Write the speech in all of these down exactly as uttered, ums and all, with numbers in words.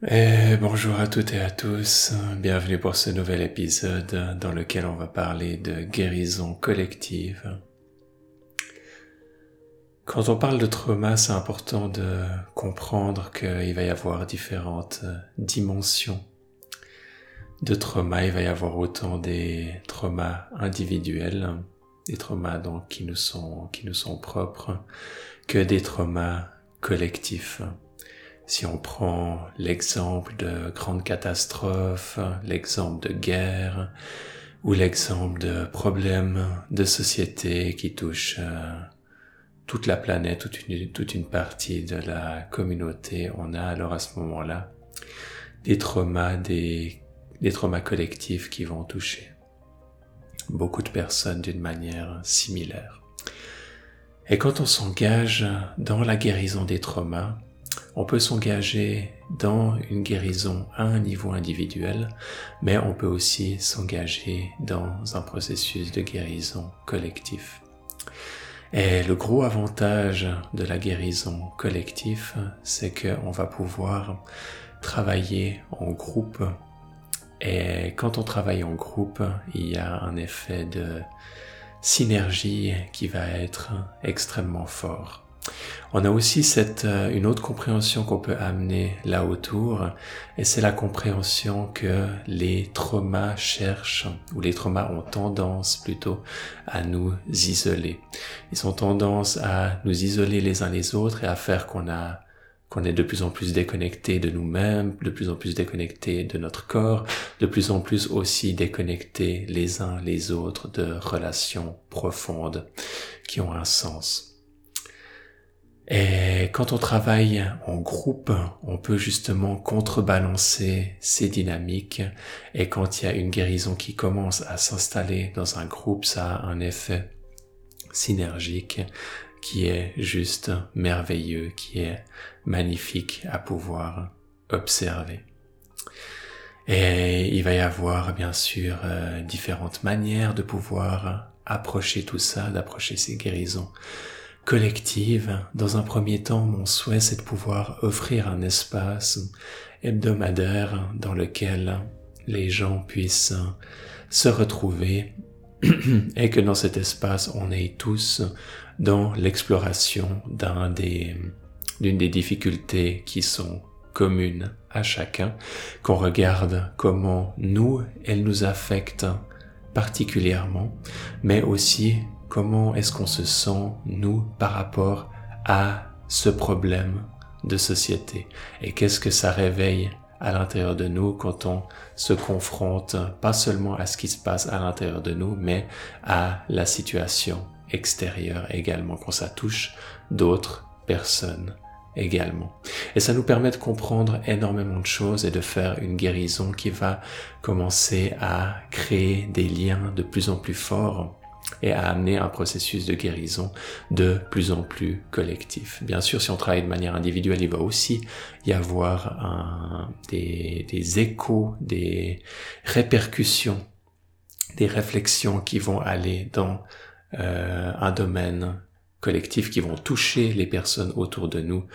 Et bonjour à toutes et à tous, bienvenue pour ce nouvel épisode dans lequel on va parler de guérison collective. Quand on parle de trauma, c'est important de comprendre qu'il va y avoir différentes dimensions de trauma. Il va y avoir autant des traumas individuels, des traumas donc qui nous sont, qui nous sont propres, que des traumas collectifs. Si on prend l'exemple de grandes catastrophes, l'exemple de guerre, ou l'exemple de problèmes de société qui touchent euh, toute la planète, toute une, toute une partie de la communauté, on a alors à ce moment-là des traumas, des, des traumas collectifs qui vont toucher beaucoup de personnes d'une manière similaire. Et quand on s'engage dans la guérison des traumas, on peut s'engager dans une guérison à un niveau individuel, mais on peut aussi s'engager dans un processus de guérison collectif. Et le gros avantage de la guérison collective, c'est qu'on va pouvoir travailler en groupe. Et quand on travaille en groupe, il y a un effet de synergie qui va être extrêmement fort. On a aussi cette, euh, une autre compréhension qu'on peut amener là autour, et c'est la compréhension que les traumas cherchent, ou les traumas ont tendance plutôt à nous isoler. Ils ont tendance à nous isoler les uns les autres et à faire qu'on a, qu'on est de plus en plus déconnecté de nous-mêmes, de plus en plus déconnecté de notre corps, de plus en plus aussi déconnecté les uns les autres de relations profondes qui ont un sens. Et quand on travaille en groupe, on peut justement contrebalancer ces dynamiques, et quand il y a une guérison qui commence à s'installer dans un groupe, ça a un effet synergique qui est juste merveilleux, qui est magnifique à pouvoir observer. Et il va y avoir bien sûr euh, différentes manières de pouvoir approcher tout ça, d'approcher ces guérisons collective. Dans un premier temps, mon souhait, c'est de pouvoir offrir un espace hebdomadaire dans lequel les gens puissent se retrouver et que dans cet espace, on est tous dans l'exploration d'un des, d'une des difficultés qui sont communes à chacun, qu'on regarde comment nous, elles nous affectent particulièrement, mais aussi comment est-ce qu'on se sent, nous, par rapport à ce problème de société? Et qu'est-ce que ça réveille à l'intérieur de nous quand on se confronte pas seulement à ce qui se passe à l'intérieur de nous, mais à la situation extérieure également, quand ça touche d'autres personnes également. Et ça nous permet de comprendre énormément de choses et de faire une guérison qui va commencer à créer des liens de plus en plus forts et à amener un processus de guérison de plus en plus collectif. Bien sûr, si on travaille de manière individuelle, il va aussi y avoir un, des, des échos, des répercussions, des réflexions qui vont aller dans euh, un domaine collectif, qui vont toucher les personnes autour de nous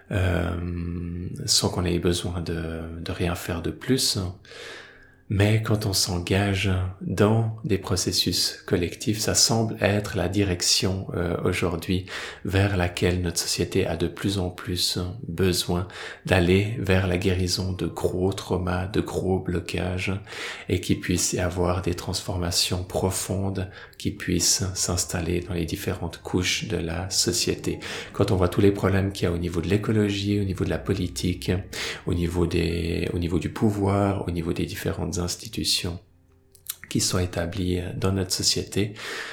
euh, sans qu'on ait besoin de, de rien faire de plus. Mais quand on s'engage dans des processus collectifs, ça semble être la direction euh, aujourd'hui vers laquelle notre société a de plus en plus besoin d'aller, vers la guérison de gros traumas, de gros blocages, et qu'il puisse y avoir des transformations profondes qui puissent s'installer dans les différentes couches de la société. Quand on voit tous les problèmes qu'il y a au niveau de l'écologie, au niveau de la politique, au niveau des, au niveau du pouvoir, au niveau des différentes institutions qui sont établies dans notre société,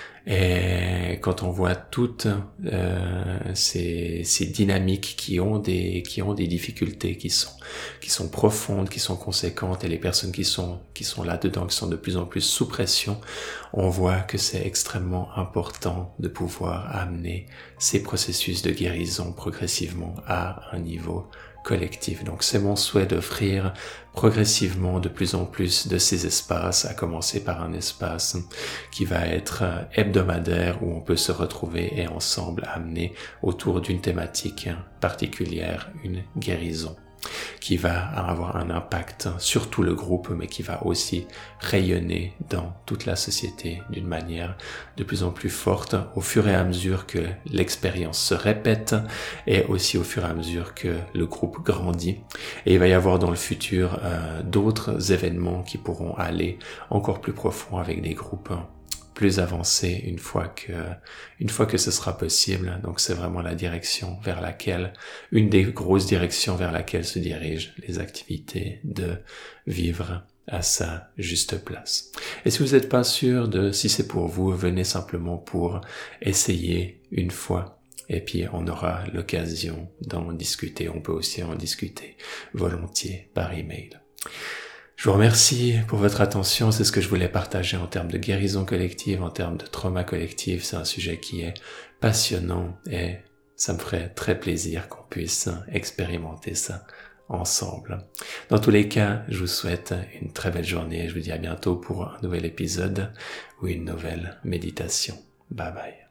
et quand on voit toutes euh, ces, ces dynamiques qui ont des qui ont des difficultés qui sont qui sont profondes, qui sont conséquentes, et les personnes qui sont qui sont là-dedans, qui sont de plus en plus sous pression, on voit que c'est extrêmement important de pouvoir amener ces processus de guérison progressivement à un niveau collectif. Donc c'est mon souhait d'offrir progressivement de plus en plus de ces espaces, à commencer par un espace qui va être hebdomadaire, où on peut se retrouver et ensemble amener autour d'une thématique particulière une guérison qui va avoir un impact sur tout le groupe, mais qui va aussi rayonner dans toute la société d'une manière de plus en plus forte au fur et à mesure que l'expérience se répète et aussi au fur et à mesure que le groupe grandit. Et il va y avoir dans le futur euh, d'autres événements qui pourront aller encore plus profond avec des groupes plus avancés une fois que une fois que ce sera possible. Donc c'est vraiment la direction vers laquelle, une des grosses directions vers laquelle se dirigent les activités de vivre à sa juste place. Et si vous n'êtes pas sûr de si c'est pour vous, venez simplement pour essayer une fois. Et puis on aura l'occasion d'en discuter. On peut aussi en discuter volontiers par email. Je vous remercie pour votre attention. C'est ce que je voulais partager en termes de guérison collective, en termes de trauma collectif. C'est un sujet qui est passionnant et ça me ferait très plaisir qu'on puisse expérimenter ça ensemble. Dans tous les cas, je vous souhaite une très belle journée et je vous dis à bientôt pour un nouvel épisode ou une nouvelle méditation. Bye bye.